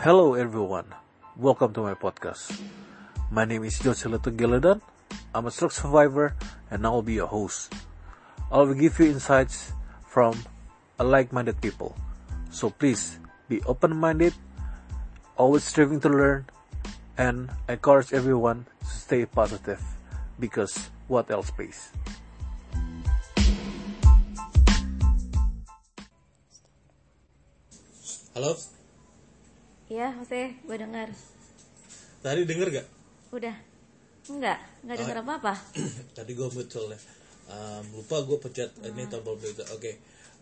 Hello everyone, welcome to my podcast. My name is Josela Tunggeladan. I'm a stroke survivor and I will be your host. I will give you insights from a like-minded people. So please be open-minded, always striving to learn, and encourage everyone to stay positive because what else pays? Halo, Iya, Jose, gue dengar. tadi denger gak? Udah? Enggak dengar apa-apa. Tadi gue muncul ya. Lupa gue pencet ini tombol berita. Oke.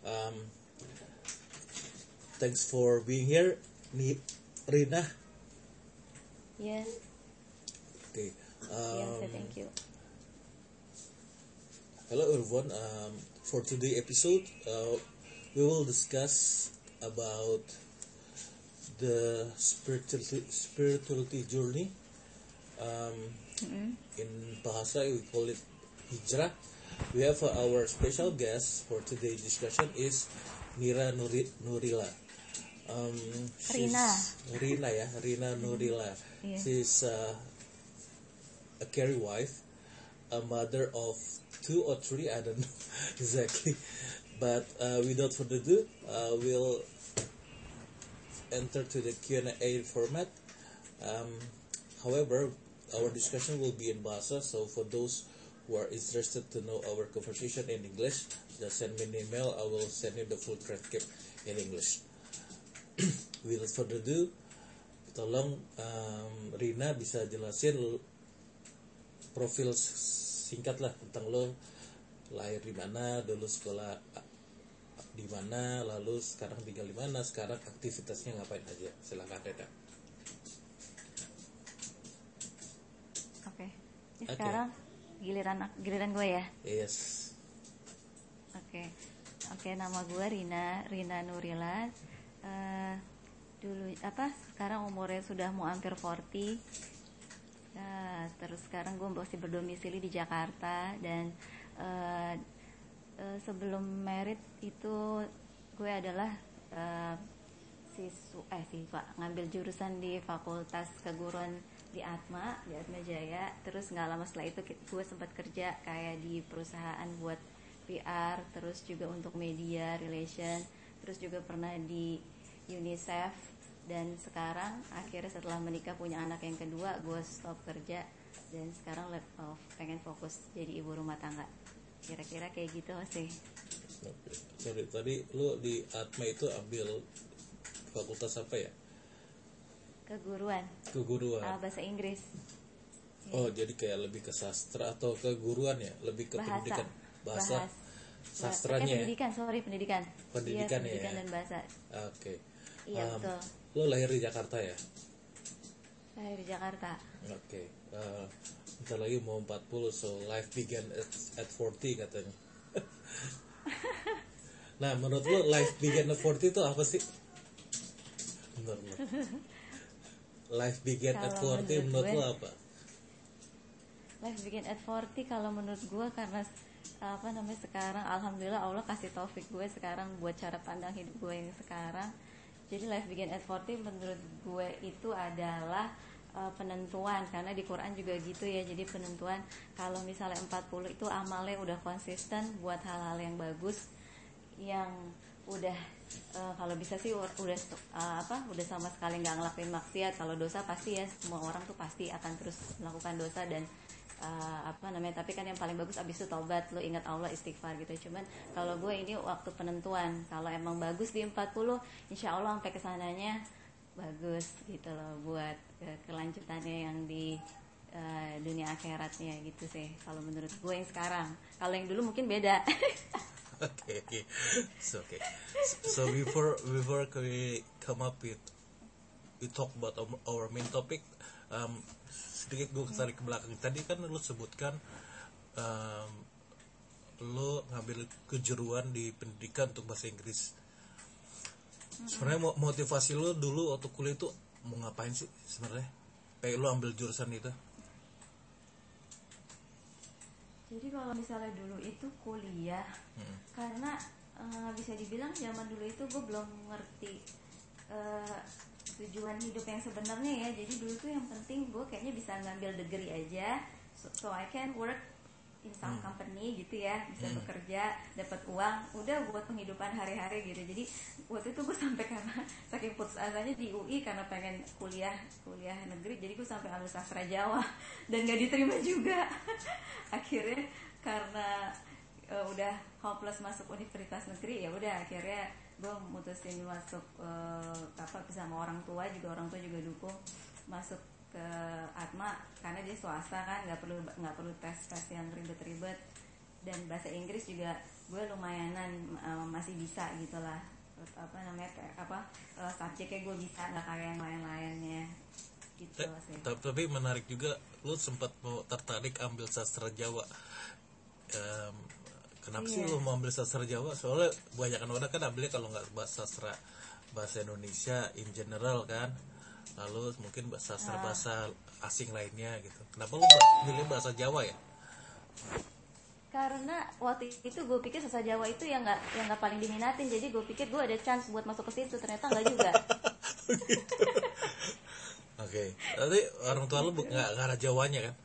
Thanks for being here, Rina. Yes, Oke. Jose, thank you. Hello everyone. For today episode, we will discuss about the spirituality journey. In bahasa we call it hijrah. We have our special guest for today's discussion is Mira Nurila. Rina Nurila. Yeah. She's a career wife, a mother of 2 or 3, I don't know exactly. But without further ado, we'll enter to the Q&A format. However, our discussion will be in Bahasa, so for those who are interested to know our conversation in English, just send me an email. I will send you the full transcript in English. Without further ado, tolong Rina bisa jelasin profil singkat lah tentang lo, lahir di mana, dulu sekolah di mana, lalu sekarang tinggal di mana, sekarang aktivitasnya ngapain aja. Silakan Rina. Oke. Sekarang giliran gue ya. Yes. Oke, nama gue Rina Nurila. Sekarang umurnya sudah mau hampir 40. Terus sekarang gue masih berdomisili di Jakarta dan sebelum married itu gue adalah siswa ngambil jurusan di Fakultas Keguruan di Atma Jaya. Terus nggak lama setelah itu gue sempat kerja kayak di perusahaan buat PR, terus juga untuk media relation, terus juga pernah di UNICEF. Dan sekarang akhirnya setelah menikah punya anak yang kedua, gue stop kerja dan sekarang pengen fokus jadi ibu rumah tangga. Kira-kira kayak gitu sih. Sorry, tadi lu di Atma itu ambil fakultas apa ya? Keguruan. Bahasa Inggris. Oh, jadi kayak lebih ke sastra atau keguruan ya? Lebih ke pendidikan. Bahasa sastranya ya? Pendidikan. Pendidikan ya? Pendidikan dan bahasa. Oke. Iya, betul. Lo lahir di Jakarta ya? Lahir di Jakarta. Oke. Bentar lagi mau 40, so life began at 40 katanya. Nah, menurut lo life began at 40 itu apa sih? Menurut lo life began at 40 menurut lo apa? Life began at 40 kalau menurut gue karena sekarang alhamdulillah Allah kasih taufik gue sekarang buat cara pandang hidup gue yang sekarang. Jadi life began at 40 menurut gue itu adalah penentuan, karena di Quran juga gitu ya. Jadi penentuan kalau misalnya 40 itu amalnya udah konsisten buat hal-hal yang bagus, yang udah kalau bisa sih udah sama sekali nggak ngelakuin maksiat. Kalau dosa pasti ya, semua orang tuh pasti akan terus melakukan dosa dan tapi kan yang paling bagus abis itu taubat, lo ingat Allah, istighfar gitu. Cuman kalau gue ini waktu penentuan, kalau emang bagus di 40, insya Allah sampai kesananya bagus gitu loh buat kelanjutannya yang di dunia akhiratnya gitu sih kalau menurut gue yang sekarang. Kalau yang dulu mungkin beda. Okay. So before we come up with we talk about our main topic, sedikit gue tarik ke belakang. Tadi kan lo sebutkan lo ngambil kejuruan di pendidikan untuk bahasa Inggris. Sebenarnya motivasi lo dulu waktu kuliah itu mau ngapain sih sebenarnya? Kayak lo ambil jurusan itu? Jadi kalau misalnya dulu itu kuliah, karena bisa dibilang zaman dulu itu gue belum ngerti tujuan hidup yang sebenarnya ya. Jadi dulu tuh yang penting gue kayaknya bisa ngambil degree aja, so I can work in some company gitu ya, bisa bekerja, dapat uang, udah buat penghidupan hari-hari gitu. Jadi waktu itu gue sampai karena saking putus asanya di UI karena pengen kuliah negeri, jadi gue sampai ambil sastra Jawa dan gak diterima juga. Akhirnya karena udah hopeless masuk universitas negeri, ya udah akhirnya gue mutusin masuk sama orang tua juga dukung masuk ke Atma karena dia swasta kan, nggak perlu tes yang ribet-ribet, dan bahasa Inggris juga gue lumayanan masih bisa gitulah, subjeknya gue bisa, nggak kayak yang lain-lainnya gitu sih. Tapi menarik juga, lu sempat mau tertarik ambil sastra Jawa. Kenapa sih lu mau ambil sastra Jawa? Soalnya banyak orang kan ambilnya kalau nggak sastra bahasa Indonesia in general kan, lalu mungkin sastra bahasa asing lainnya gitu. Kenapa lu milih bahasa Jawa ya? Karena waktu itu gue pikir sastra Jawa itu yang nggak paling diminatin, jadi gue pikir gue ada chance buat masuk ke situ, ternyata nggak juga. Oke. Tapi orang tua lu nggak ada Jawanya kan?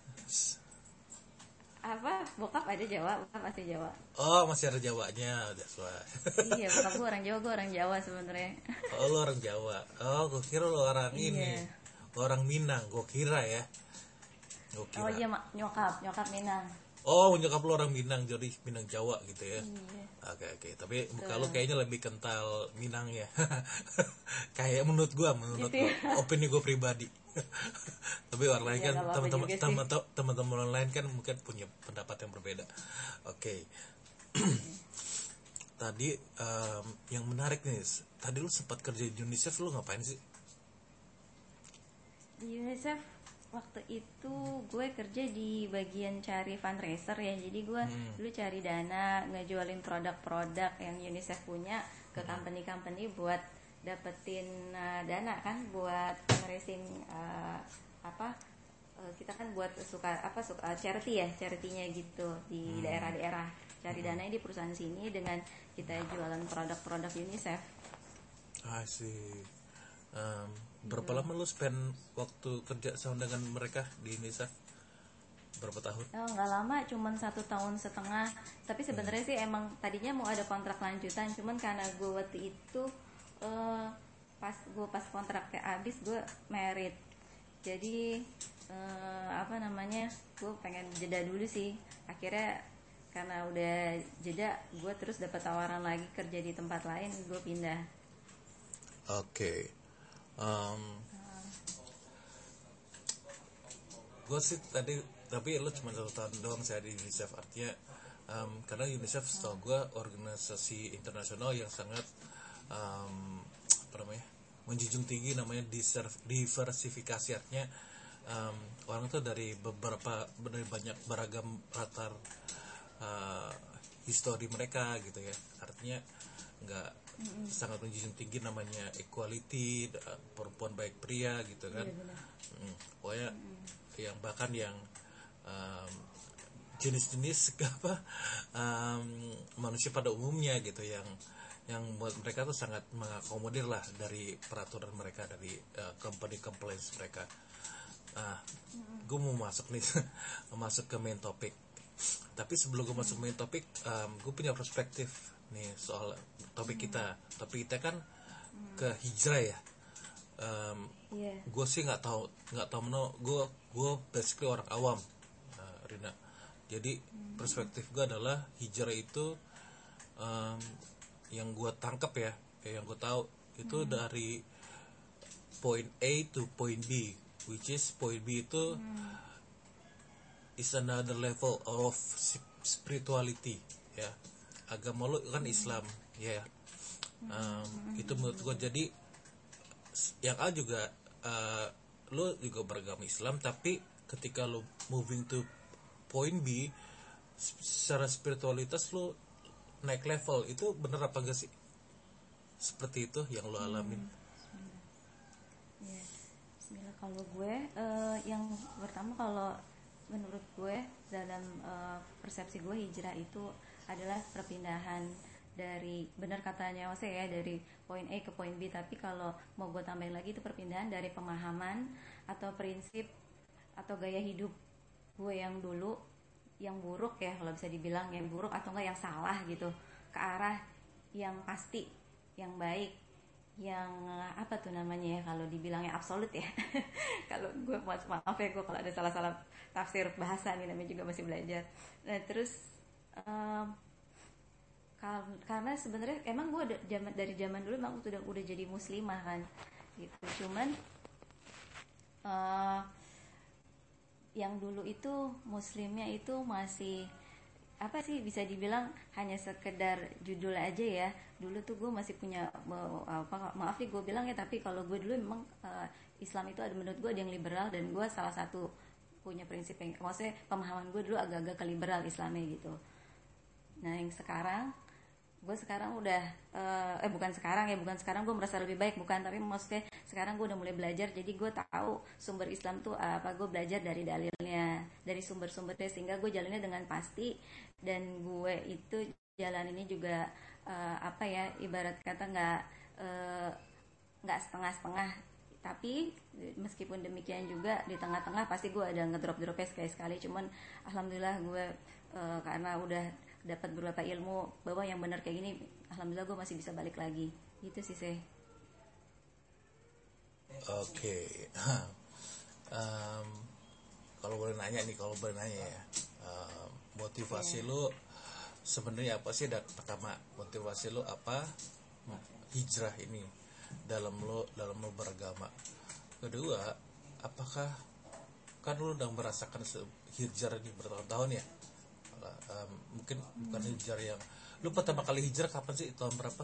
Bokap ada Jawa, bokap masih Jawa. Oh, masih ada Jawanya, udah suai. Iya, bokap gue orang Jawa, gue orang Jawa sebenarnya. Oh, lu orang Jawa. Oh, gue kira lu orang ini, orang Minang, gue kira ya. Oh iya, nyokap Minang. Oh, nyokap lu orang Minang, jadi Minang Jawa gitu ya. Iya. Oke. Tapi muka lu kayaknya lebih kental Minang ya. Kayak menurut gua, opini gua pribadi. Tapi orang lain kan, teman-teman orang lain kan mungkin punya pendapat yang berbeda. Oke. Tadi yang menarik nih, tadi lu sempat kerja di UNICEF, lu ngapain sih? Di UNICEF waktu itu gue kerja di bagian cari fundraiser ya, jadi gue dulu cari dana, ngejualin produk-produk yang UNICEF punya ke company-company buat dapetin dana kan, buat fundraising kita kan buat suka charity-nya gitu di daerah-daerah, cari dananya di perusahaan sini dengan kita jualan produk-produk UNICEF. Asik. Berapa lama lu spend waktu kerja sama dengan mereka di UNICEF? Berapa tahun? Oh, nggak lama, cuman 1,5 tahun. Tapi sebenarnya sih emang tadinya mau ada kontrak lanjutan, cuman karena gue waktu itu pas kontraknya habis gue married, jadi gue pengen jeda dulu sih. Akhirnya karena udah jeda, gue terus dapat tawaran lagi kerja di tempat lain, gue pindah. Oke. Gue sih tadi, tapi lu cuma 1 tahun doang saya di UNICEF, artinya karena UNICEF setahu gue organisasi internasional yang sangat menjunjung tinggi namanya diversifikasi, artinya orang tuh dari banyak beragam latar histori mereka gitu ya, artinya nggak sangat menjunjung tinggi namanya equality, perempuan baik pria gitu kan. Pokoknya yang bahkan yang jenis-jenis manusia pada umumnya gitu, yang buat mereka tuh sangat mengakomodir lah dari peraturan mereka, dari company compliance mereka. Gue mau masuk ke main topik. Tapi sebelum gue masuk main topik, gue punya perspektif nih soal topik kita kan ke hijrah ya. Gue sih nggak tahu gue basically orang awam, Rina. Jadi perspektif gue adalah hijrah itu yang gue tangkap ya, yang gue tahu itu dari point A to point B, which is point B itu is another level of spirituality ya. Agama lo kan Islam ya. Itu menurut gue. Jadi yang A juga lo juga beragama Islam, tapi ketika lo moving to point B, secara spiritualitas lo naik level. Itu bener apa enggak sih? Seperti itu yang lo alamin? Bismillah. Kalau gue yang pertama, kalau menurut gue dalam persepsi gue, hijrah itu adalah perpindahan dari benar katanya Ose ya, dari poin A ke poin B. Tapi kalau mau gue tambahin lagi, itu perpindahan dari pemahaman atau prinsip atau gaya hidup gue yang dulu, yang buruk ya kalau bisa dibilang, yang buruk atau enggak yang salah gitu, ke arah yang pasti, yang baik, yang apa tuh namanya ya kalau dibilangnya absolut ya. Kalau gue maaf ya, gue kalau ada salah-salah tafsir bahasa nih, namanya juga masih belajar. Nah terus karena sebenarnya emang gue dari zaman dulu emang udah jadi muslimah kan gitu. Cuman yang dulu itu muslimnya itu masih apa sih, bisa dibilang hanya sekedar judul aja ya. Dulu tuh gue masih punya maaf nih gue bilang ya, tapi kalau gue dulu memang Islam itu ada, menurut gue ada yang liberal, dan gue salah satu punya prinsip yang, maksudnya pemahaman gue dulu agak-agak ke liberal Islamnya gitu. Nah yang sekarang gue udah bukan sekarang gue merasa lebih baik, bukan, tapi maksudnya sekarang gue udah mulai belajar, jadi gue tahu sumber Islam tuh apa. Gue belajar dari dalilnya, dari sumber-sumbernya, sehingga gue jalannya dengan pasti. Dan gue itu jalaninnya juga apa ya, ibarat kata nggak setengah-setengah. Tapi meskipun demikian juga di tengah-tengah pasti gue ada ngedrop-dropnya sekali-sekali. Cuman alhamdulillah gue karena udah dapat beberapa ilmu bahwa yang benar kayak gini, alhamdulillah gue masih bisa balik lagi. Gitu sih saya. Oke. Kalau boleh nanya ya, motivasi lu sebenarnya apa sih? Dan pertama, motivasi lu apa hijrah ini dalam lu beragama? Kedua, apakah kan lu udah merasakan hijrah ini bertahun-tahun ya? Mungkin bukan hijrah yang lu pertama kali hijrah kapan sih, tahun berapa?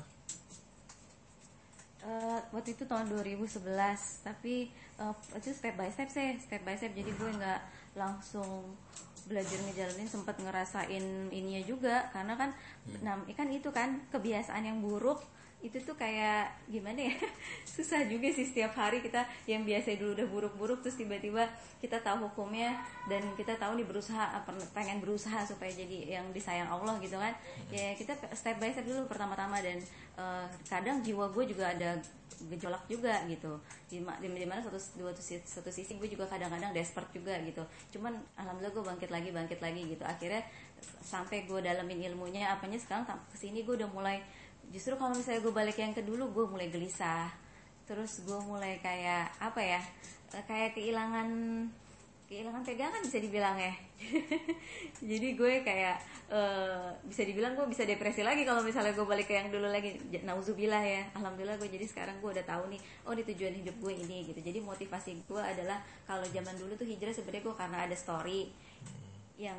Waktu itu tahun 2011, tapi itu step by step, jadi gue nggak langsung belajar ngejalanin, sempat ngerasain ininya juga, karena kan kan itu kan kebiasaan yang buruk itu tuh kayak gimana ya, susah juga sih. Setiap hari kita yang biasa dulu udah buruk-buruk, terus tiba-tiba kita tahu hukumnya, dan kita tahu nih pengen berusaha supaya jadi yang disayang Allah gitu kan. Ya kita step by step dulu pertama-tama. Dan kadang jiwa gue juga ada gejolak juga gitu, dimana satu sisi gue juga kadang-kadang desperate juga gitu. Cuman alhamdulillah gue bangkit lagi gitu. Akhirnya sampai gue dalamin ilmunya apanya, sekarang kesini gue udah mulai, justru kalau misalnya gue balik yang ke dulu, gue mulai gelisah. Terus gue mulai kayak apa ya, kayak kehilangan pegangan bisa dibilang ya. Jadi gue kayak bisa dibilang gue bisa depresi lagi kalau misalnya gue balik ke yang dulu lagi. Nauzubillah ya. Alhamdulillah gue jadi sekarang gue udah tahu nih, oh di tujuan hidup gue ini gitu. Jadi motivasi gue adalah, kalau zaman dulu tuh hijrah sebenarnya gue karena ada story yang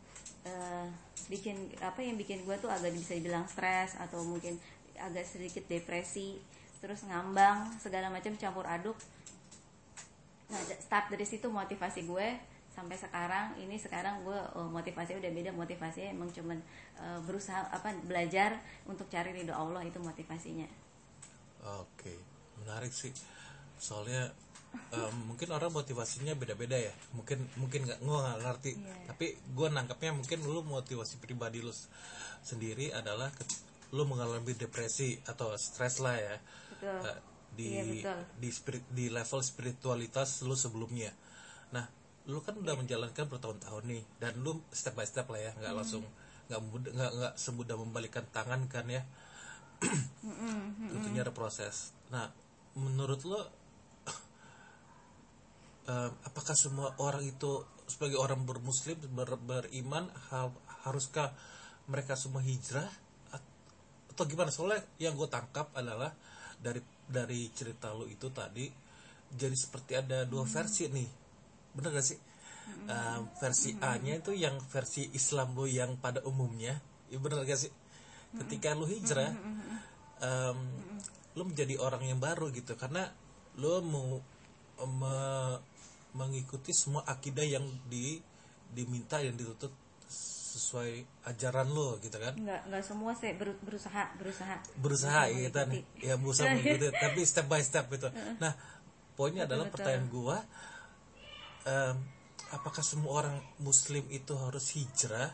yang bikin gue tuh agak bisa dibilang stres, atau mungkin agak sedikit depresi, terus ngambang segala macam campur aduk. Nah start dari situ motivasi gue sampai sekarang ini. Sekarang gue motivasinya udah beda, motivasinya emang cuman berusaha belajar untuk cari ridho Allah, itu motivasinya. Oke, menarik sih. Soalnya mungkin orang motivasinya beda-beda ya. Mungkin gue nggak ngerti. Yeah. Tapi gue nangkapnya mungkin lu motivasi pribadi lu sendiri adalah lu mengalami depresi atau stres lah ya. Betul. Di level spiritualitas lu sebelumnya. Nah, lu kan udah menjalankan bertahun-tahun nih, dan lu step by step lah ya, nggak langsung, nggak semudah membalikkan tangan kan ya. Tentunya ada proses. Nah, menurut lu apakah semua orang itu sebagai orang bermuslim beriman haruskah mereka semua hijrah atau gimana? Soalnya yang gue tangkap adalah dari cerita lu itu tadi, jadi seperti ada dua versi nih, bener gak sih? Versi A nya itu yang versi Islam lu yang pada umumnya, ya bener gak sih? Ketika lu hijrah, lu menjadi orang yang baru gitu, karena lu mau mengikuti semua akidah yang diminta, yang dituntut sesuai ajaran lo gitu kan. Nggak semua sih, berusaha gitu kan ya, berusaha mengikuti tapi step by step gitu. Nah poinnya adalah pertanyaan gua, apakah semua orang muslim itu harus hijrah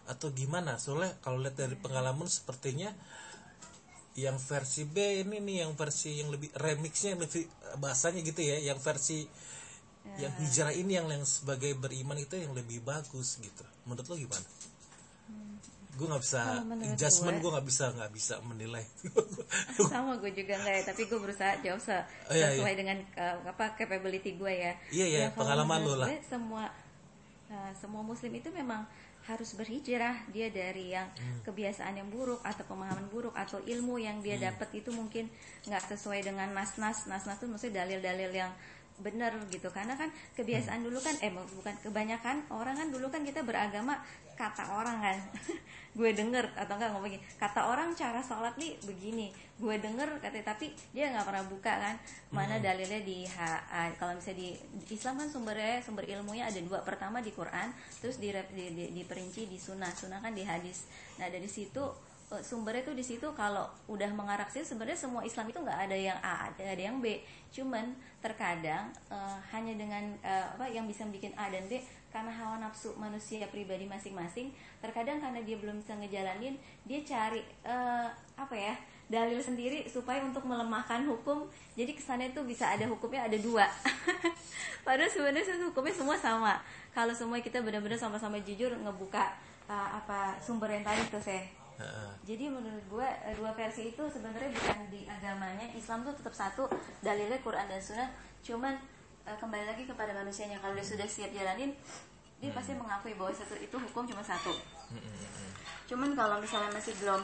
atau gimana? Soalnya kalau lihat dari pengalaman sepertinya yang versi B ini nih, yang versi yang lebih remixnya, yang lebih bahasanya gitu ya, yang versi yang hijrah ini yang sebagai beriman itu yang lebih bagus gitu. Menurut lo gimana? Gue nggak bisa adjustment, gue nggak bisa menilai. Sama gue juga nggak ya, tapi gue berusaha jawab sesuai dengan capability gue ya. Iya, pengalaman lo lah. Semua muslim itu memang harus berhijrah. Dia dari yang kebiasaan yang buruk atau pemahaman buruk atau ilmu yang dia dapat itu mungkin nggak sesuai dengan nas-nas itu maksudnya dalil-dalil yang benar gitu. Karena kan kebiasaan dulu kan bukan kebanyakan orang kan dulu kan kita beragama kata orang kan. Gue denger atau enggak ngomong gini, kata orang cara sholat nih begini, gue denger katanya, tapi dia nggak pernah buka kan mana dalilnya di kalau misalnya di Islam kan sumber ilmunya ada dua, pertama di Quran, terus diperinci di sunnah kan di hadis. Nah dari situ sumbernya tuh di situ. Kalau udah mengarah sih sebenarnya semua Islam itu nggak ada yang A, ada yang B, cuman terkadang hanya dengan yang bisa bikin A dan B karena hawa nafsu manusia pribadi masing-masing. Terkadang karena dia belum bisa ngejalanin, dia cari dalil sendiri supaya untuk melemahkan hukum. Jadi kesannya tuh bisa ada hukumnya ada dua. Padahal sebenarnya hukumnya semua sama. Kalau semua kita benar-benar sama-sama jujur ngebuka sumber yang tadi tuh saya. Jadi menurut gue dua versi itu sebenarnya bukan di agamanya. Islam tuh tetap satu, dalilnya Quran dan Sunnah. Cuman kembali lagi kepada manusianya. Kalau dia sudah siap jalanin, dia pasti mengakui bahwa itu hukum cuma satu. Cuman kalau misalnya masih belum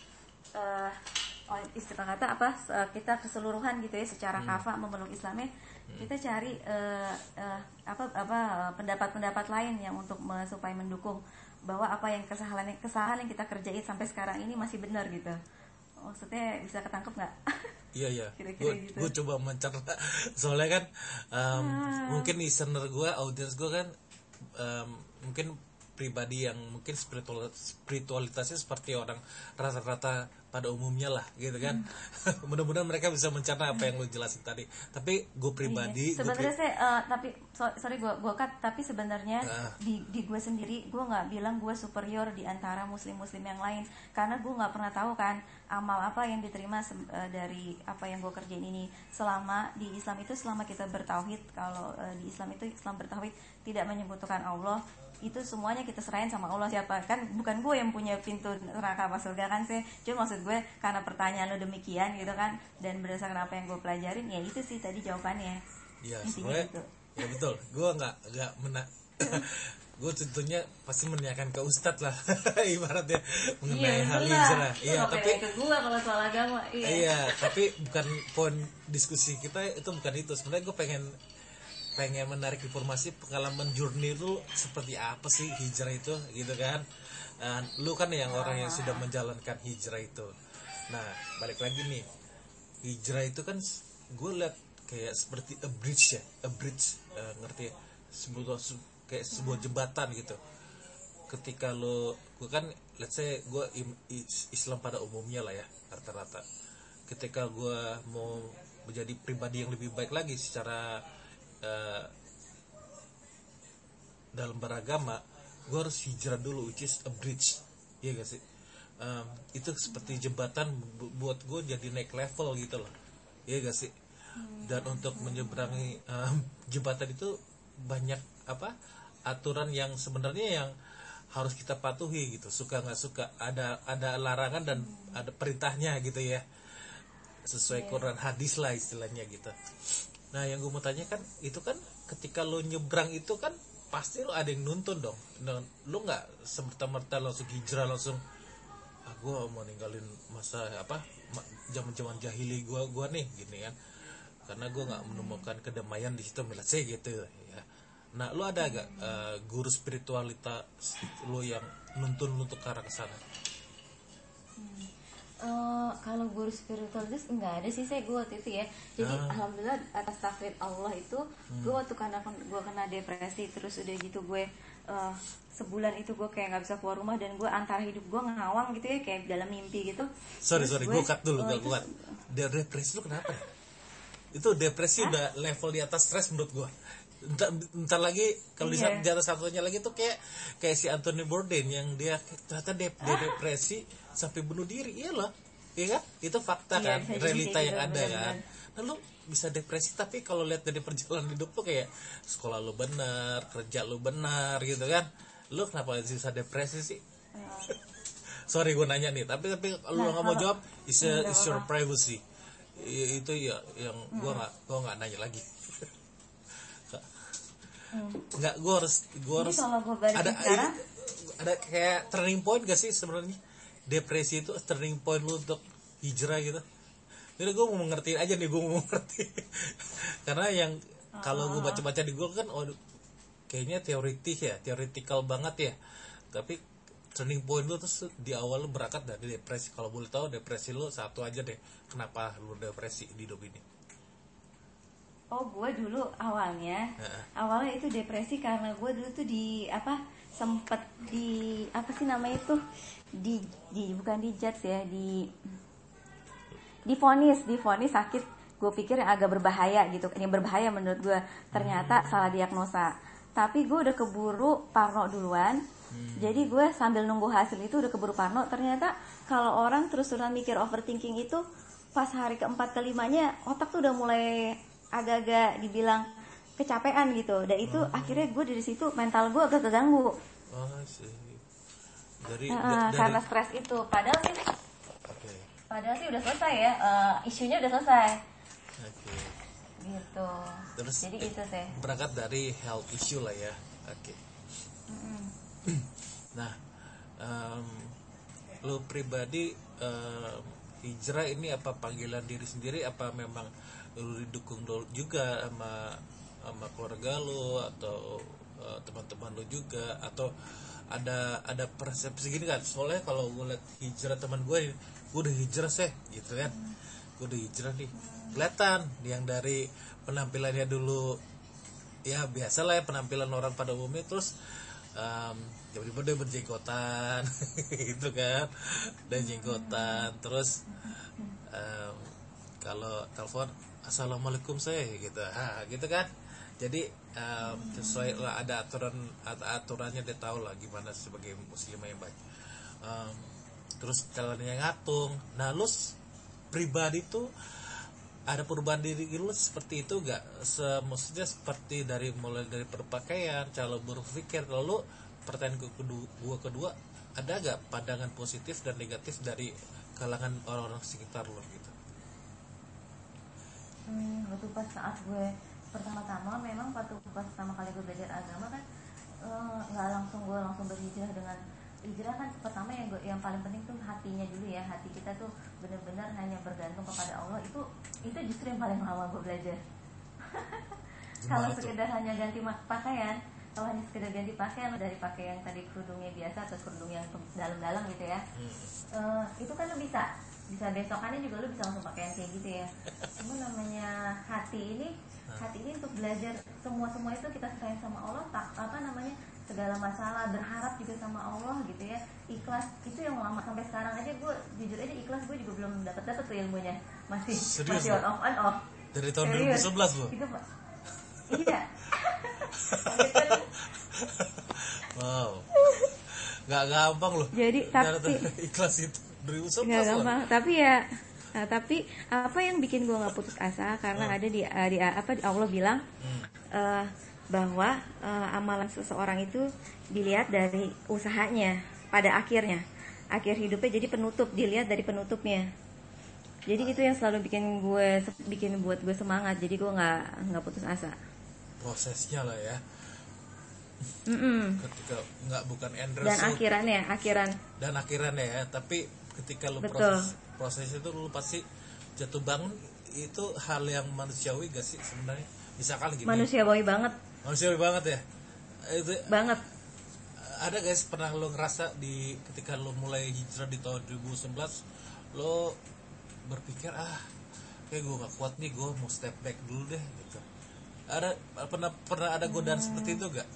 istilah kata kita keseluruhan gitu ya secara kafah memeluk Islamnya, kita cari pendapat-pendapat lain yang untuk supaya mendukung bahwa apa yang kesalahan yang kita kerjain sampai sekarang ini masih benar gitu. Maksudnya bisa ketangkep nggak? Iya. Gitu. Gue coba mencerna. Soalnya kan mungkin listener gue, audiens gue kan mungkin pribadi yang mungkin spiritualitasnya seperti orang rata-rata pada umumnya lah gitu kan. Mudah-mudahan mereka bisa mencerna apa yang lo jelasin tadi. Tapi gue pribadi sebenarnya sorry gue cut, tapi sebenarnya di gue sendiri gue nggak bilang gue superior di antara muslim yang lain, karena gue nggak pernah tahu kan amal apa yang diterima dari apa yang gue kerjain ini. Selama di Islam itu, selama kita bertauhid, kalau di Islam itu Islam bertauhid tidak menyebutkan Allah, itu semuanya kita serahin sama Allah. Siapa kan, bukan gue yang punya pintu neraka apa surga kan sih. Cuma maksud gue karena pertanyaan lo demikian gitu kan, dan berdasarkan apa yang gue pelajarin, ya itu sih tadi jawabannya. Ya sebenarnya gitu. Ya betul, gue nggak gue tentunya pasti menanyakan ke Ustadz lah ibaratnya mengenai hal hijrah. Iya, tapi ke gue kalau soal agama. Iya, tapi bukan poin diskusi kita itu, bukan itu. Sebenarnya gue pengen menarik informasi pengalaman journey lu seperti apa sih hijrah itu gitu kan. Lu kan yang orang yang sudah menjalankan hijrah itu. Nah balik lagi nih, hijrah itu kan gue lihat kayak seperti a bridge, ngerti ya, kayak sebuah jembatan gitu. Ketika gue kan let's say gue Islam pada umumnya lah ya rata-rata. Ketika gue mau menjadi pribadi yang lebih baik lagi secara dalam beragama, gue harus hijrah dulu, which is a bridge, iya gak sih? Itu seperti jembatan buat gue jadi naik level gitu loh, iya gak sih? Dan untuk menyeberangi jembatan itu banyak aturan yang sebenarnya yang harus kita patuhi gitu, suka nggak suka, ada larangan dan ada perintahnya gitu ya, sesuai Quran hadis lah istilahnya gitu. Nah yang gue mau tanya kan, itu kan ketika lo nyebrang itu kan pasti lo ada yang nuntun dong. Nah, lo nggak semerta-merta langsung hijrah, langsung gue mau ninggalin masa zaman jahili gue nih gini kan, karena gue nggak menemukan kedamaian di situ, misalnya gitu ya. Nah lo ada gak guru spiritualitas lo yang nuntun untuk ke arah kesana? Kalau guru spiritualitas enggak ada sih saya, gue waktu itu ya. Jadi alhamdulillah atas takdir Allah itu, gue waktu karena gue kena depresi, terus udah gitu gue sebulan itu gue kayak nggak bisa keluar rumah, dan gue antara hidup gue ngawang gitu ya, kayak dalam mimpi gitu. Sorry gue cut dulu, gak kuat. Depresi lu kenapa? Itu depresi udah level di atas stres menurut gue. Entar lagi kalau Iya. di atas satunya lagi tuh kayak si Anthony Bourdain yang dia ternyata dia depresi sampai bunuh diri. Iyalah, iya kan? Itu fakta Iya, kan, bisa jadi realita kayak yang gitu, ada kan. benar-benar. Nah, lu bisa depresi tapi kalau lihat dari perjalanan hidup lu kayak sekolah lu benar, kerja lu benar gitu kan. Lu kenapa bisa depresi sih? Sorry gue nanya nih, tapi lu nggak mau jawab, is your privacy. Itu ya yang gue nggak nanya lagi. Nggak, gue harus Jadi kalau gue balik ada sekarang, ada kayak turning point gak sih sebenarnya? Depresi itu turning point lu untuk hijrah gitu. Jadi gue mau mengerti aja nih, gue mau mengerti. Karena yang kalau gue baca-baca di Google kan, kayaknya teoretikal banget ya. Tapi turning point lu terus di awal lu berangkat dari depresi. Kalau boleh tahu depresi lu satu aja deh. Kenapa lu depresi di hidup ini? oh gue dulu awalnya itu depresi karena gue dulu tuh sempet di apa sih namanya itu di bukan di judge ya, divonis sakit. Gue pikir yang agak berbahaya gitu, yang berbahaya menurut gue, ternyata salah diagnosa. Tapi gue udah keburu parno duluan. Jadi gue sambil nunggu hasil itu udah keburu parno. Ternyata kalau orang terus-terusan mikir overthinking itu, pas hari keempat kelimanya otak tuh udah mulai agak-agak dibilang kecapean gitu. Dan itu akhirnya gue dari situ mental gue agak keganggu. Oh sih. Karena stres itu. Padahal sih udah selesai ya, isunya udah selesai. Oke. Gitu. Terus jadi itu sih. Berangkat dari health issue lah ya. Oke. Nah, lu pribadi hijrah ini apa panggilan diri sendiri, apa memang lu didukung juga sama keluarga lu atau teman-teman lu juga, atau ada persepsi gini kan? Soalnya kalau gue liat hijrah teman gue udah hijrah sih gitu kan, gue udah hijrah nih, kelihatan yang dari penampilannya dulu ya biasa lah ya, penampilan orang pada umumnya, terus tiba-tiba dia berjenggotan gitu kan, dan jenggotan, terus kalau telepon assalamualaikum saya gitu, gitu kan. Jadi sesuai lah, ada aturannya, dia tahu lah gimana sebagai muslimah yang baik. Terus jalannya ngatung. Nah, lu pribadi tuh ada perubahan diri lu seperti itu gak? Maksudnya seperti mulai dari berpakaian, cara berpikir. Lalu pertanyaan kedua, ada gak pandangan positif dan negatif dari kalangan orang-orang sekitar lu gitu? Waktu pas saat gue pertama-tama, memang waktu pas pertama kali gue belajar agama kan, nggak langsung berhijrah. Dengan hijrah kan pertama yang paling penting tuh hatinya dulu ya. Hati kita tuh benar-benar hanya bergantung kepada Allah. Itu justru yang paling lama gue belajar. Kalau sekedar hanya ganti pakaian, dari pakaian tadi kerudungnya biasa atau kerudung yang dalam-dalam gitu ya, itu kan lo bisa besokannya juga lo bisa langsung pakaian kayak gitu ya. Cuma namanya hati ini untuk belajar semua itu kita sayang sama Allah, segala masalah berharap juga sama Allah gitu ya, ikhlas. Itu yang lama, sampai sekarang aja gue jujur aja ikhlas gue juga belum dapat tuh ilmunya, masih on off dari tahun 2011 lo itu Pak. Iya. Wow, nggak gampang loh. Jadi tapi ikhlas itu 2011 nggak gampang, tapi apa yang bikin gue nggak putus asa, karena ada di Allah bilang bahwa amalan seseorang itu dilihat dari usahanya pada akhir hidupnya. Jadi dilihat dari penutupnya. Jadi itu yang selalu buat gue semangat. Jadi gue nggak putus asa. Prosesnya lah ya. Ketika bukan end result. Dan akhirannya ya. Tapi ketika lu proses itu lu pasti jatuh bangun, itu hal yang manusiawi gak sih sebenarnya? Misalkan gini. Manusiawi banget ya. Itu banget. Ada guys, pernah lo ngerasa ketika lo mulai hijrah di tahun 2019, lo berpikir kayak gue gak kuat nih, gue mau step back dulu deh gitu. Pernah ada godaan seperti itu gak?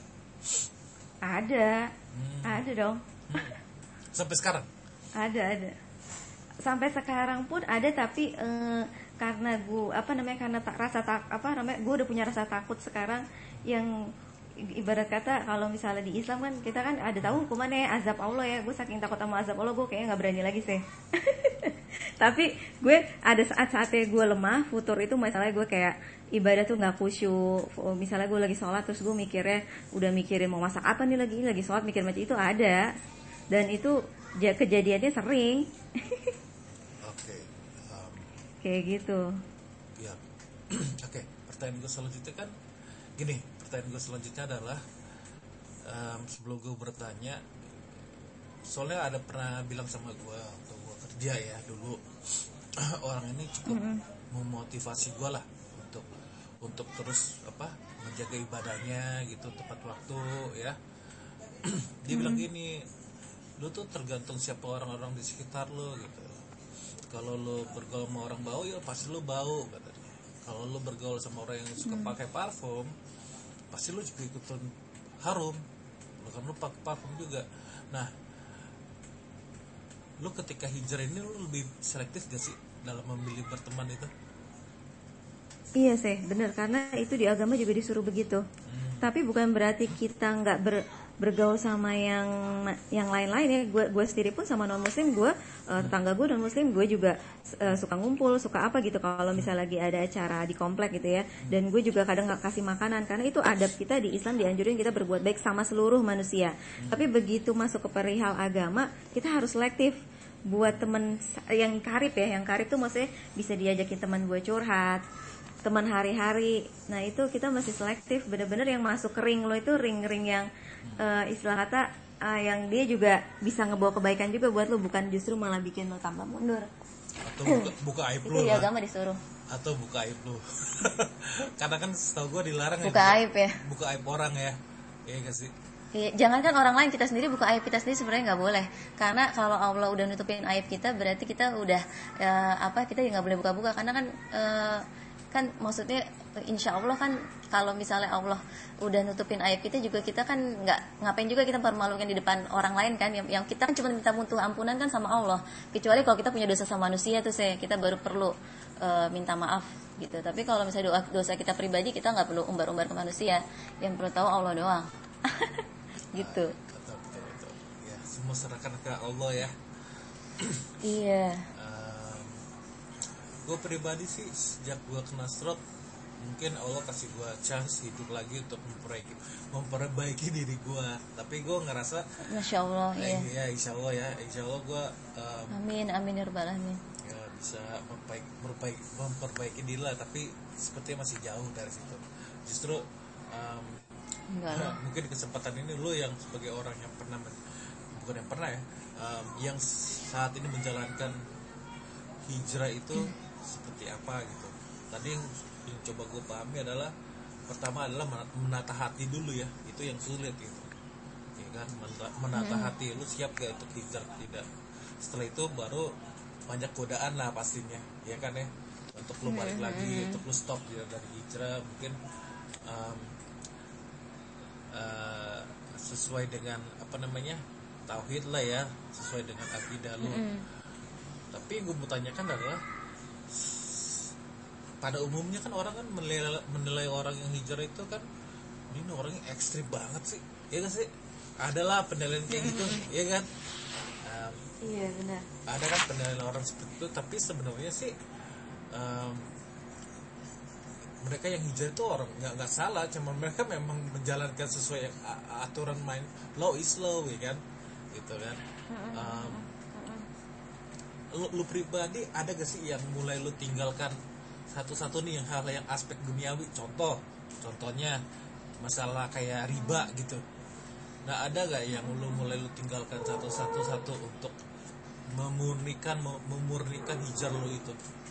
Ada dong. Sampai sekarang? Ada. Sampai sekarang pun ada, tapi karena gue gue udah punya rasa takut sekarang, yang ibarat kata kalau misalnya di Islam kan kita kan ada tahu hukumannya azab Allah ya. Gue saking takut sama azab Allah, gue kayaknya nggak berani lagi sih. Tapi gue ada saat-saatnya gue lemah futur itu, masalahnya gue kayak ibadah tuh nggak khusyuk. Misalnya gue lagi sholat terus gue udah mikirin mau masak apa nih, lagi sholat mikir macam itu ada, dan itu kejadiannya sering. Oke. Kayak gitu. Ya. Oke, pertanyaan gue selanjutnya adalah sebelum gue bertanya, soalnya ada pernah bilang sama gue waktu gue kerja ya dulu, orang ini cukup memotivasi gue lah untuk terus menjaga ibadahnya gitu, tepat waktu ya. Dia bilang gini, lu tuh tergantung siapa orang-orang di sekitar lu gitu. Kalau lu bergaul sama orang bau, ya pasti lu bau kata dia. Kalau lu bergaul sama orang yang suka pakai parfum, pasti lu juga ikutan harum. Bahkan lu pakai parfum juga. Nah, lu ketika hijrah ini lu lebih selektif gak sih dalam memilih berteman itu? Iya sih, benar, karena itu di agama juga disuruh begitu. Tapi bukan berarti kita nggak bergaul sama yang lain-lain ya. Gue sendiri pun sama non muslim, tetangga gue non muslim, gue juga suka ngumpul, suka apa gitu kalau misalnya lagi ada acara di komplek gitu ya. Dan gue juga kadang nggak kasih makanan, karena itu adab kita di Islam, dianjurin kita berbuat baik sama seluruh manusia. Tapi begitu masuk ke perihal agama, kita harus selektif buat temen yang karib ya. Yang karib tuh maksudnya bisa diajakin teman gue curhat, teman hari-hari. Nah itu kita masih selektif, bener-bener yang masuk ke ring lo itu ring-ring yang istilah kata yang dia juga bisa ngebawa kebaikan juga buat lo, bukan justru malah bikin lo tambah mundur. Atau buka aib Itu lu di agama disuruh. Atau buka aib lu. Karena kan setahu gue dilarang buka aib ya. Buka aib orang ya. Iya gak sih? Jangankan orang lain, kita sendiri buka aib kita sendiri sebenarnya nggak boleh, karena kalau Allah udah nutupin aib kita berarti kita udah kita nggak boleh buka-buka, karena kan maksudnya insya Allah kan kalau misalnya Allah udah nutupin aib kita juga, kita kan nggak ngapain juga kita permalukan di depan orang lain kan. Yang kita kan cuma minta ampunan kan sama Allah, kecuali kalau kita punya dosa sama manusia tuh kita baru perlu minta maaf gitu. Tapi kalau misalnya dosa kita pribadi, kita nggak perlu umbar-umbar ke manusia, yang perlu tahu Allah doang. Gitu. Betul. Ya, semua serahkan ke Allah ya. Iya. Gue pribadi sih sejak gue kena stroke, mungkin Allah kasih gue chance hidup lagi untuk memperbaiki diri gue. Tapi gue ngerasa, Masya Allah ya insya Allah gue amin ya rabbal alamin, ya bisa memperbaiki diri lah. Tapi sepertinya masih jauh dari situ. Justru mungkin di kesempatan ini lu yang sebagai orang yang yang saat ini menjalankan hijrah itu seperti apa gitu. Tadi yang coba gue pahami adalah, pertama adalah menata hati dulu ya, itu yang sulit gitu ya kan. Menata hati, lu siap gak untuk hijrah, tidak. Setelah itu baru banyak godaan lah pastinya ya kan ya, untuk lu balik lagi, untuk lu stop dari hijrah. Mungkin sesuai dengan tauhid lah ya, sesuai dengan akidah lu. Tapi gue mau tanyakan adalah, pada umumnya kan orang kan menilai orang yang hijrah itu kan, ini orangnya ekstrim banget sih, ya kan sih? Adalah penilaian kayak gitu, ya kan? Iya benar. Ada kan penilaian orang seperti itu, tapi sebenarnya sih mereka yang hijrah itu orang nggak salah, cuma mereka memang menjalankan sesuai aturan main, law is law ya kan, gitu kan. Lu pribadi ada gak sih yang mulai lu tinggalkan satu-satu nih, yang hal yang aspek duniawi, contohnya masalah kayak riba gitu. Nah ada gak yang lu mulai lu tinggalkan satu-satu untuk memurnikan hijrah lu itu?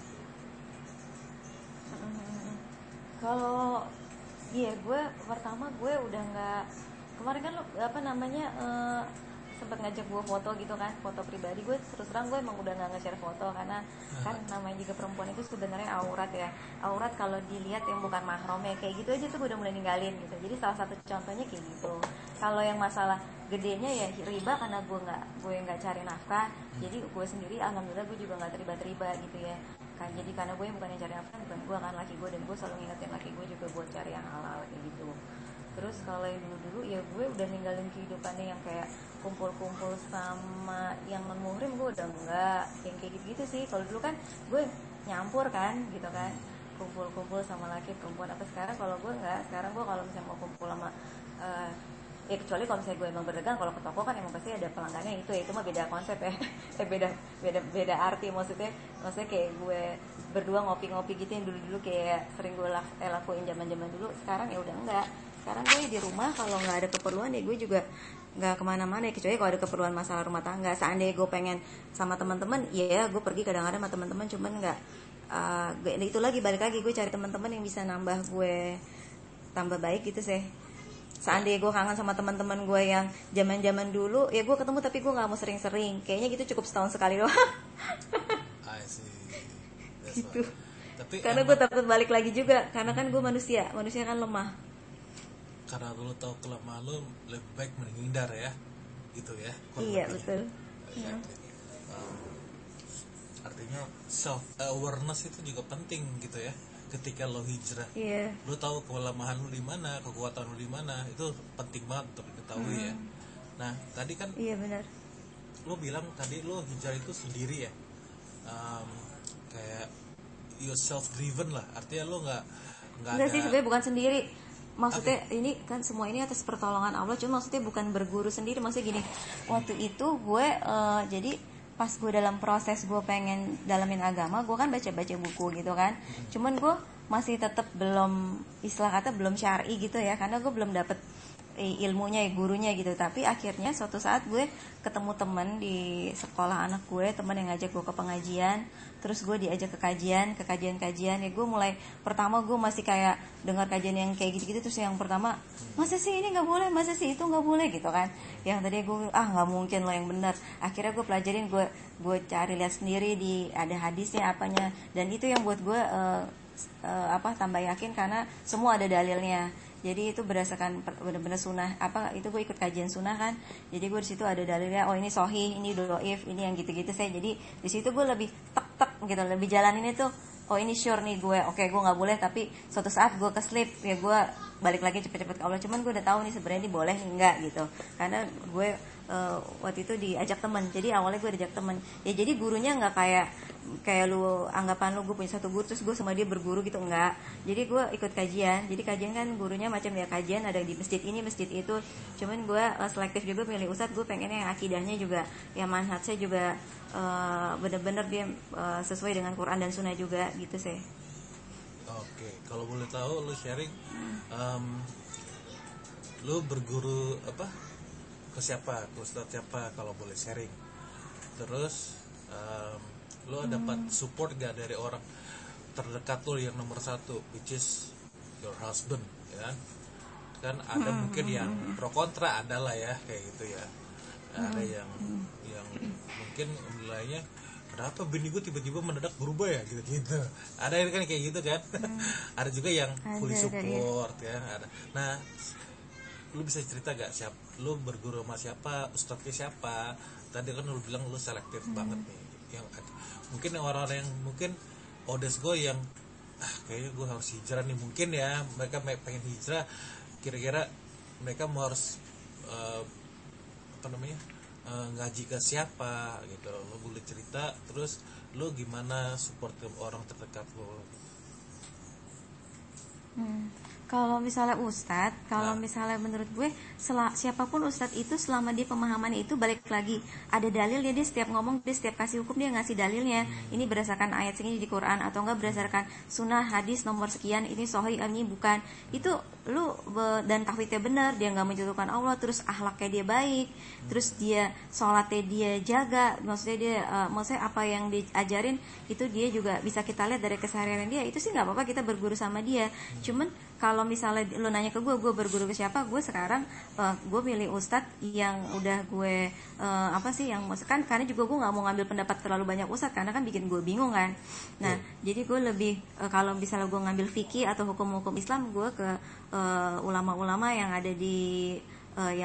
Kalau gue pertama gue udah nggak, kemarin kan sempat ngajak gue foto gitu kan, foto pribadi. Gue terus terang gue emang udah nggak nge-share foto, karena kan namanya juga perempuan itu sebenarnya aurat ya, aurat kalau dilihat yang bukan mahramnya, kayak gitu aja tuh gue udah mulai ninggalin gitu. Jadi salah satu contohnya kayak gitu. Kalau yang masalah gedenya ya riba, karena gue nggak cari nafkah, jadi gue sendiri alhamdulillah gue juga nggak terlibat gitu ya. kan. Jadi karena gue bukan yang cari nafkah, bukan gue kan, laki gue, dan gue selalu ngingetin laki gue juga buat cari yang halal kayak gitu. Terus kalau yang dulu-dulu ya gue udah ninggalin kehidupannya yang kayak kumpul-kumpul sama yang non muhrim, gue udah enggak yang kayak gitu-gitu sih. Kalau dulu kan gue nyampur kan gitu kan, kumpul-kumpul sama laki perempuan. Apa sekarang kalau gue enggak, sekarang gue kalau misalnya mau kumpul sama ya kecuali kalau misalnya gue emang berdagang, kalau ke toko kan emang pasti ada pelanggannya, itu mah beda konsep ya. beda arti, maksudnya kayak gue berdua ngopi-ngopi gitu yang dulu-dulu kayak sering gue lakuin zaman-zaman dulu. Sekarang ya udah enggak. Sekarang gue di rumah kalau nggak ada keperluan ya gue juga nggak kemana-mana ya, kecuali kalau ada keperluan masalah rumah tangga. Seandainya gue pengen sama teman-teman, ya gue pergi kadang-kadang sama teman-teman, cuman nggak itu lagi balik lagi gue cari teman-teman yang bisa nambah gue tambah baik gitu sih. Seandainya gue kangen sama teman-teman gue yang zaman-zaman dulu, ya gue ketemu tapi gue nggak mau sering-sering. Kayaknya gitu cukup setahun sekali doang. I see. That's Gitu. why. Tapi Karena gue takut balik lagi juga, karena kan gue manusia kan lemah. Karena lu tahu kelemahan lu, lebih baik menghindar ya, gitu ya. Iya betul. Exactly. Artinya self awareness itu juga penting gitu ya. Ketika lo hijrah, lo tahu kelemahan lo di mana, kekuatan lo di mana, itu penting banget untuk diketahui ya. Nah tadi kan, iya benar, lo bilang tadi lo hijrah itu sendiri ya, kayak you self driven lah, artinya lo nggak enggak sih sebenarnya, bukan sendiri. Maksudnya ini kan semua ini atas pertolongan Allah, cuma maksudnya bukan berguru sendiri. Maksudnya gini, waktu itu gue jadi pas gue dalam proses gue pengen dalamin agama, gue kan baca-baca buku gitu kan, cuman gue masih tetap belum, istilah kata belum syar'i gitu ya, karena gue belum dapet ilmunya, gurunya gitu. Tapi akhirnya suatu saat gue ketemu temen di sekolah anak gue, temen yang ngajak gue ke pengajian. Terus gue diajak ke kajian ya. Gue mulai, pertama gue masih kayak dengar kajian yang kayak gitu-gitu. Terus yang pertama, masa sih ini gak boleh, masa sih itu gak boleh gitu kan. Yang tadi gue, gak mungkin loh yang benar. Akhirnya gue pelajarin, gue cari lihat sendiri, ada hadisnya apanya. Dan itu yang buat gue tambah yakin, karena semua ada dalilnya. Jadi itu berdasarkan benar-benar sunnah, itu gue ikut kajian sunnah kan. Jadi gue di situ ada dalilnya, oh ini sahih, ini dhaif, ini yang gitu-gitu saya. Jadi di situ gue lebih tek gitu, lebih jalanin itu. Oh ini sure nih gue, oke gue nggak boleh, tapi suatu saat gue keslip ya gue balik lagi cepet-cepet ke Allah. Cuman gue udah tahu nih sebenarnya ini boleh nih enggak gitu. Karena gue waktu itu diajak teman, jadi awalnya gue diajak teman. Ya jadi gurunya nggak kayak lu anggapan lu gue punya satu guru terus gue sama dia berguru gitu, enggak. Jadi gue ikut kajian. Jadi kajian kan gurunya macam ya, kajian ada di masjid ini masjid itu. Cuman gue selektif juga milih ustadz. Gue pengennya yang akidahnya juga, yang manhajnya juga bener-bener dia sesuai dengan Quran dan Sunnah juga gitu sih. Oke, kalau boleh tahu lu sharing, lu berguru ke siapa, ke ustadz siapa kalau boleh sharing. Terus lo dapat support gak dari orang terdekat lo yang nomor satu, which is your husband, ya kan? Ada mungkin yang pro kontra, adalah ya kayak gitu ya. Ada yang mungkin nilainya, kenapa bini gue tiba-tiba mendadak berubah ya gitu. Ada kan kayak gitu kan. Ada juga yang fully support ya. Ada. Nah, lu bisa cerita gak lu berguru sama siapa, ustadznya siapa? Tadi kan lu bilang lu selektif banget nih. Yang mungkin orang-orang yang mungkin odes gue yang kayaknya gue harus hijrah nih, mungkin ya mereka pengen hijrah, kira-kira mereka mau harus ngaji ke siapa gitu. Lu boleh cerita, terus lu gimana support ke orang terdekat lu? Kalau misalnya ustadz, misalnya menurut gue siapapun ustadz itu, selama dia pemahamannya itu, balik lagi ada dalilnya, dia setiap ngomong, dia setiap kasih hukum dia ngasih dalilnya. Ini berdasarkan ayat segini di Quran, atau enggak berdasarkan sunnah hadis nomor sekian, ini sahih, ini bukan. Itu lu dan tauhidnya benar, dia nggak menjatuhkan Allah, terus akhlaknya dia baik, terus dia sholatnya dia jaga, maksudnya apa yang diajarin itu dia juga bisa kita lihat dari keseharian dia. Itu sih nggak apa-apa kita berguru sama dia. Cuman kalau misalnya lo nanya ke gue berguru ke siapa, gue sekarang gue milih ustadz yang udah gue yang kan, karena juga gue nggak mau ngambil pendapat terlalu banyak ustadz, karena kan bikin gue bingung kan. Nah jadi gue lebih kalau misalnya gue ngambil fikih atau hukum-hukum Islam, gue ke ulama-ulama yang ada di yang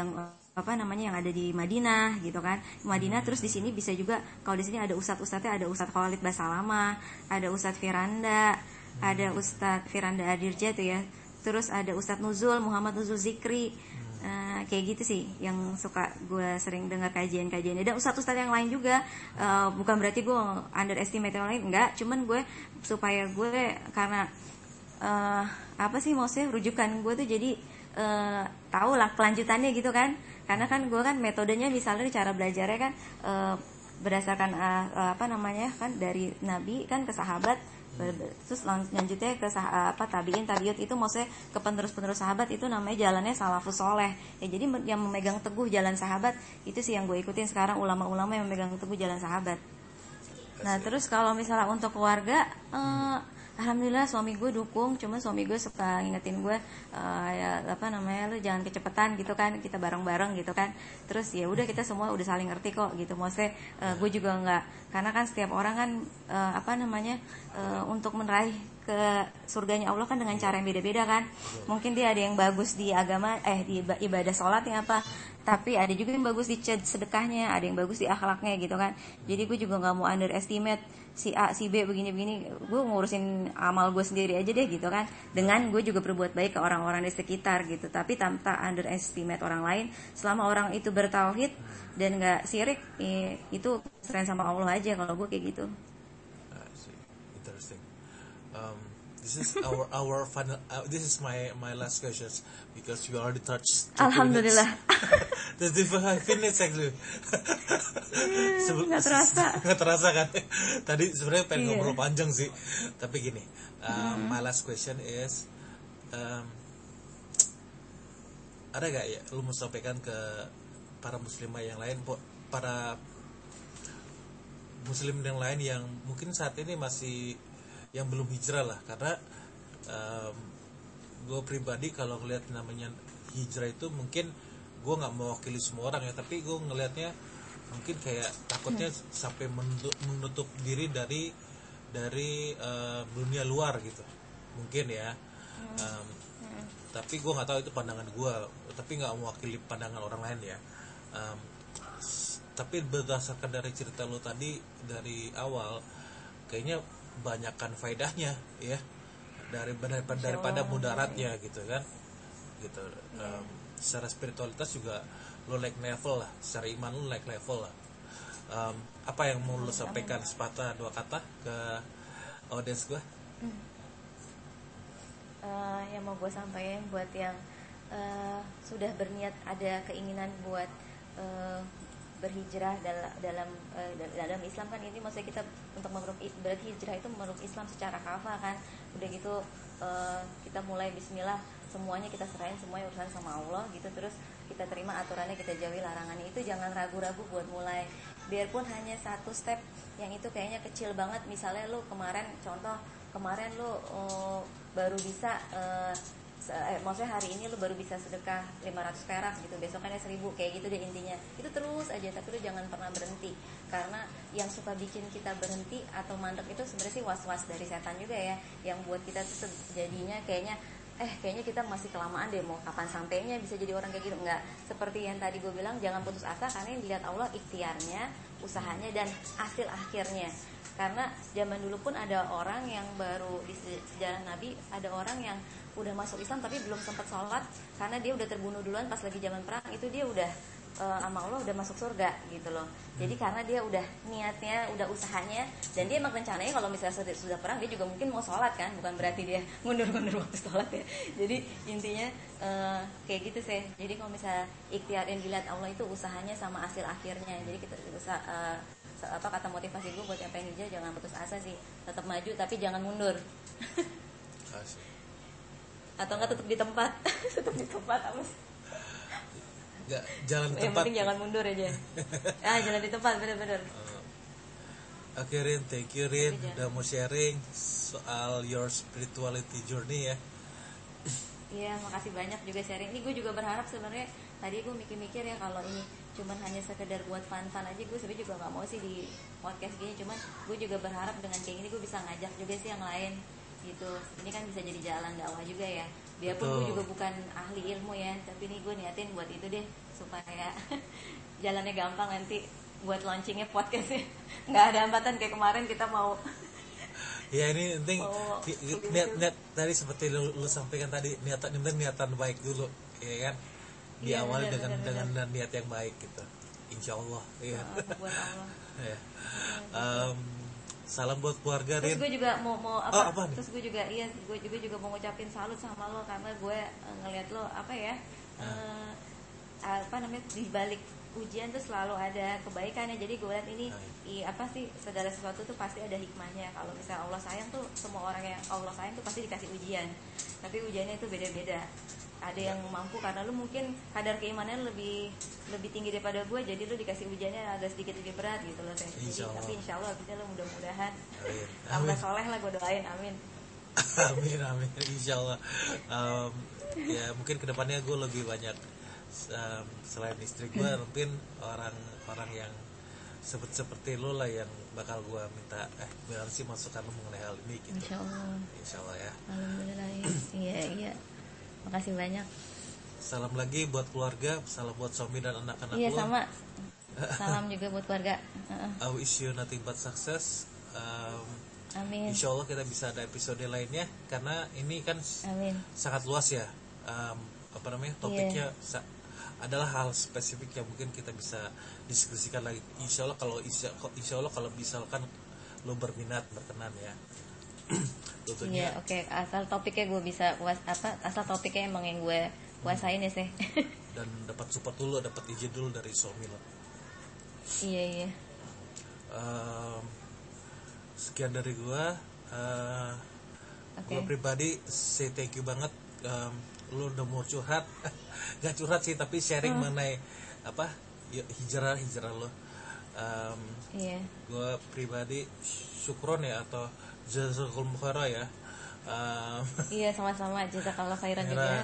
apa namanya yang ada di Madinah gitu kan. Madinah terus di sini bisa juga kalau di sini ada ustadz-ustadznya, ada Ustadz Khalid Basalama, ada Ustadz Firanda, ada Ustadz Firanda Adirja tuh ya. Terus ada Ustadz Nuzul, Muhammad Nuzul Zikri. Kayak gitu sih yang suka gue sering dengar kajian-kajiannya. Dan ustadz-ustadz yang lain juga, bukan berarti gue underestimate yang lain, enggak, cuman gue supaya gue karena apa sih maksudnya rujukan gue tuh jadi tahu lah kelanjutannya gitu kan. Karena kan gue kan metodenya misalnya cara belajarnya kan berdasarkan apa namanya kan dari Nabi kan ke sahabat, terus lanjutnya ke tabiin tabiut, itu maksudnya ke penerus sahabat, itu namanya jalannya salafus soleh ya. Jadi yang memegang teguh jalan sahabat itu sih yang gue ikutin sekarang, ulama-ulama yang memegang teguh jalan sahabat. Nah terus kalau misalnya untuk keluarga, alhamdulillah suami gue dukung, cuma suami gue suka ngingetin gue ya apa namanya, lu jangan kecepetan gitu kan, kita bareng-bareng gitu kan. Terus ya udah kita semua udah saling ngerti kok gitu. Maksudnya gue juga nggak, karena kan setiap orang kan apa namanya untuk meraih ke surganya Allah kan dengan cara yang beda-beda kan. Mungkin dia ada yang bagus di agama di ibadah sholatnya apa, tapi ada juga yang bagus di sedekahnya, ada yang bagus di akhlaknya gitu kan. Jadi gue juga nggak mau underestimate si A si B begini-begini, gue ngurusin amal gue sendiri aja deh gitu kan. Dengan gue juga berbuat baik ke orang-orang di sekitar gitu, tapi tanpa underestimate orang lain. Selama orang itu bertauhid dan nggak syirik, itu serahin sama Allah aja kalau gue kayak gitu. Interesting. This is our final. This is my last questions because you already touched. Alhamdulillah. That's the 5 minutes actually. Nggak terasa kan? Tadi sebenarnya pengen ngobrol panjang sih, tapi gini. My last question is, ada gak ya lu mau sampaikan ke para muslimah yang lain, para muslim yang lain yang mungkin saat ini masih yang belum hijrah lah, karena gue pribadi kalau ngeliat namanya hijrah itu mungkin gue nggak mewakili semua orang ya, tapi gue ngelihatnya mungkin kayak takutnya sampai menutup diri dari dunia luar gitu mungkin ya. Tapi gue nggak tahu itu pandangan gue, tapi nggak mewakili pandangan orang lain ya. Tapi berdasarkan dari cerita lo tadi dari awal, kayaknya banyakkan faedahnya ya daripada mudaratnya gitu kan gitu. Secara spiritualitas juga lo like level lah, secara iman lo like level lah. Apa yang mau lo sampaikan sepatah dua kata ke audiens gue? Yang mau gue sampaikan buat yang sudah berniat, ada keinginan buat berhijrah dalam Islam kan, ini maksudnya kita untuk berhijrah itu memeluk Islam secara kafah kan. Udah gitu kita mulai bismillah, semuanya kita serahin, semuanya urusan sama Allah gitu. Terus kita terima aturannya, kita jauhi larangannya. Itu jangan ragu-ragu buat mulai, biarpun hanya satu step yang itu kayaknya kecil banget. Misalnya lu kemarin lu baru bisa maksudnya hari ini lu baru bisa sedekah 500 perak gitu, besokannya 1000, kayak gitu deh intinya. Itu terus aja, tapi lu jangan pernah berhenti. Karena yang suka bikin kita berhenti atau mandek itu sebenarnya sih was-was dari setan juga ya, yang buat kita tuh jadinya kayaknya kita masih kelamaan deh, mau kapan sampainya bisa jadi orang kayak gitu. Enggak, seperti yang tadi gue bilang, jangan putus asa, karena yang dilihat Allah ikhtiarnya, usahanya, dan hasil akhirnya. Karena zaman dulu pun ada orang yang baru di sejarah Nabi, ada orang yang udah masuk Islam tapi belum sempat sholat karena dia udah terbunuh duluan pas lagi zaman perang. Itu dia udah sama Allah udah masuk surga gitu loh. Jadi karena dia udah niatnya, udah usahanya, dan dia emang rencananya kalau misalnya sudah perang dia juga mungkin mau sholat kan, bukan berarti dia mundur-mundur waktu sholat ya. Jadi intinya kayak gitu sih. Jadi kalau misalnya ikhtiar yang dilihat Allah itu usahanya sama hasil akhirnya. Jadi kita kata motivasi gue buat yang pengen hijrah, jangan putus asa sih, tetap maju tapi jangan mundur. Atau enggak tetap di tempat. Tetap di tempat apa sih? Enggak, jalan yang tempat. Yang penting jangan mundur aja. Jalan di tempat, benar-benar. Oke Rin, thank you Rin udah mau sharing soal your spirituality journey ya. Iya, makasih banyak juga sharing. Ini gue juga berharap sebenarnya, tadi gue mikir-mikir ya, kalau ini cuman hanya sekedar buat fun-fun aja, gue sebenarnya juga nggak mau sih di podcast gini. Cuman gue juga berharap dengan kayak gini gue bisa ngajak juga sih yang lain gitu. Ini kan bisa jadi jalan dakwah juga ya Biarpun Betul. gue juga bukan ahli ilmu ya, tapi nih gue niatin buat itu deh supaya jalannya gampang nanti buat launchingnya podcastnya. Nggak ada hambatan kayak kemarin kita mau Ya ini penting Oh, niat tadi seperti lu sampaikan tadi, niatan baik dulu, ya kan? Iya, Diawali benar, dengan benar. niat yang baik gitu. Insya Allah, ya. buat Allah. Ya. Salam buat keluarga Terus Rin. gue juga mau Oh, apa? apa nih? Terus gue juga mau ngucapin salut sama lo karena gue ngelihat lo apa ya? Apa namanya, di balik ujian tuh selalu ada kebaikannya. Jadi gue lihat ini apa sih, segala sesuatu tuh pasti ada hikmahnya. Kalau misalnya Allah sayang tuh, semua orang yang Allah sayang tuh pasti dikasih ujian. Tapi ujiannya itu beda-beda. Ada yang mampu karena lu mungkin kadar keimanannya lebih tinggi daripada gue, jadi lu dikasih ujiannya agak sedikit lebih berat gitu loh. Jadi, tapi insya Allah abisnya lu mudah-mudahan tambah soleh lah, gue doain, amin. Amin insya Allah. Ya mungkin kedepannya gue lebih banyak selain istri gue mungkin orang yang seperti lo lah yang bakal gue minta biar sih masukan lo mengenai hal ini gitu. Insya Allah ya. Alhamdulillah. Iya makasih banyak. Salam lagi buat keluarga, salam buat suami dan anak-anak Iya lo. sama. Salam juga buat keluarga. I wish you nothing but success. Amin. Insya Allah kita bisa ada episode lainnya karena ini kan Amin. sangat luas ya. Apa namanya, topiknya adalah hal spesifik yang mungkin kita bisa diskusikan lagi. Insya Allah kalau misalkan lo berminat berkenan ya. Tentunya. Iya oke. Asal topiknya gue bisa asal topiknya emang yang gue kuasain ya sih. Dan dapat support dulu, dapat izin dulu dari suami lo. Iya. Sekian dari gue. Gue pribadi say thank you banget. Lo udah mau curhat, nggak curhat sih tapi sharing mengenai apa hijrah lo. Iya. Gue pribadi syukron ya atau jazakallahu khairan ya. Iya sama-sama, jazakallah khairan juga.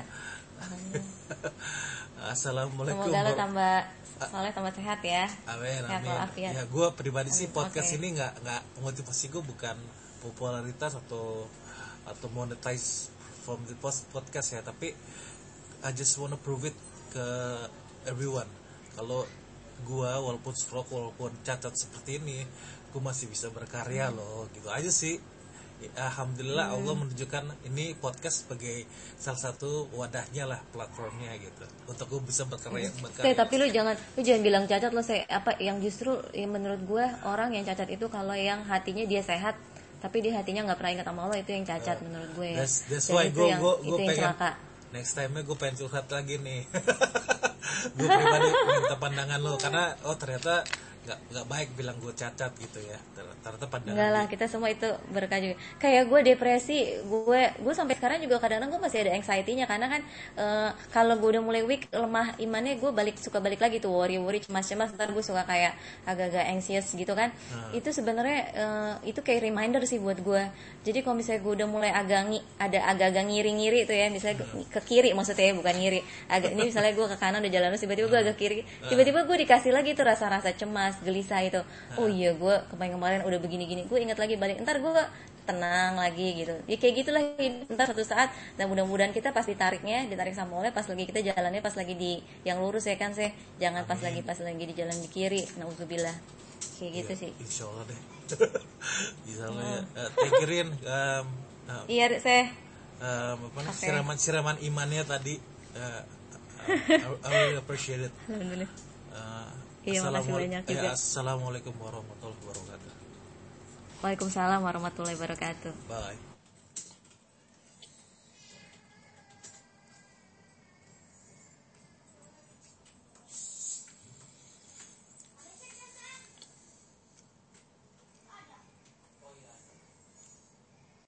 Assalamualaikum. Semoga lo tambah soleh, tambah sehat ya. Amin. Ya gue pribadi sih podcast ini nggak motivasi gue bukan popularitas atau monetize from the podcast ya, tapi I just wanna prove it ke everyone kalau gue walaupun stroke, walaupun cacat seperti ini, gue masih bisa berkarya loh, gitu aja sih. Alhamdulillah Allah menunjukkan ini podcast sebagai salah satu wadahnya lah, platformnya gitu untuk gue bisa berkarya. Tapi lu jangan bilang cacat lo, yang justru yang menurut gue orang yang cacat itu kalau yang hatinya dia sehat tapi dia hatinya nggak pernah ingat sama Allah, itu yang cacat menurut gue ya. That's why gue pengen celaka. Next time gue pengen curhat lagi nih. Gue pribadi minta pandangan lo karena ternyata nggak baik bilang gue cacat gitu ya, ternyata pandangan enggak lah, kita semua itu berkah juga. Kayak gue depresi, gue sampai sekarang juga kadang-kadang gue masih ada anxiety-nya karena kan kalau gue udah mulai weak, lemah imannya, gue suka balik lagi tuh worry cemas-cemas, ntar gue suka kayak agak-agak anxious gitu kan. Itu sebenarnya itu kayak reminder sih buat gue. Jadi kalau misalnya gue udah mulai agak-agak ngiri-ngiri itu ya, misalnya ke kiri maksudnya ya, bukan ngiri, ini misalnya gue ke kanan udah jalan tiba-tiba gue agak kiri, tiba-tiba gue dikasih lagi tuh rasa-rasa cemas, gelisah itu. Oh iya, gue kemarin udah begini-gini, gue ingat lagi balik, ntar gue tenang lagi gitu ya, kayak gitulah. Ntar suatu saat, dan mudah-mudahan kita pas ditarik sama Allah, pas lagi kita jalannya pas lagi di yang lurus ya kan sih, jangan pas lagi di jalan di kiri, nauzubillah, kayak gitu sih. Insya Allah deh. Insya Allah ya. Thank you Rin. Iya sih. Siraman imannya tadi. I really appreciate it. Alhamdulillah. Iya, makasih banyak juga. Assalamualaikum warahmatullahi wabarakatuh. Waalaikumsalam warahmatullahi wabarakatuh. Bye.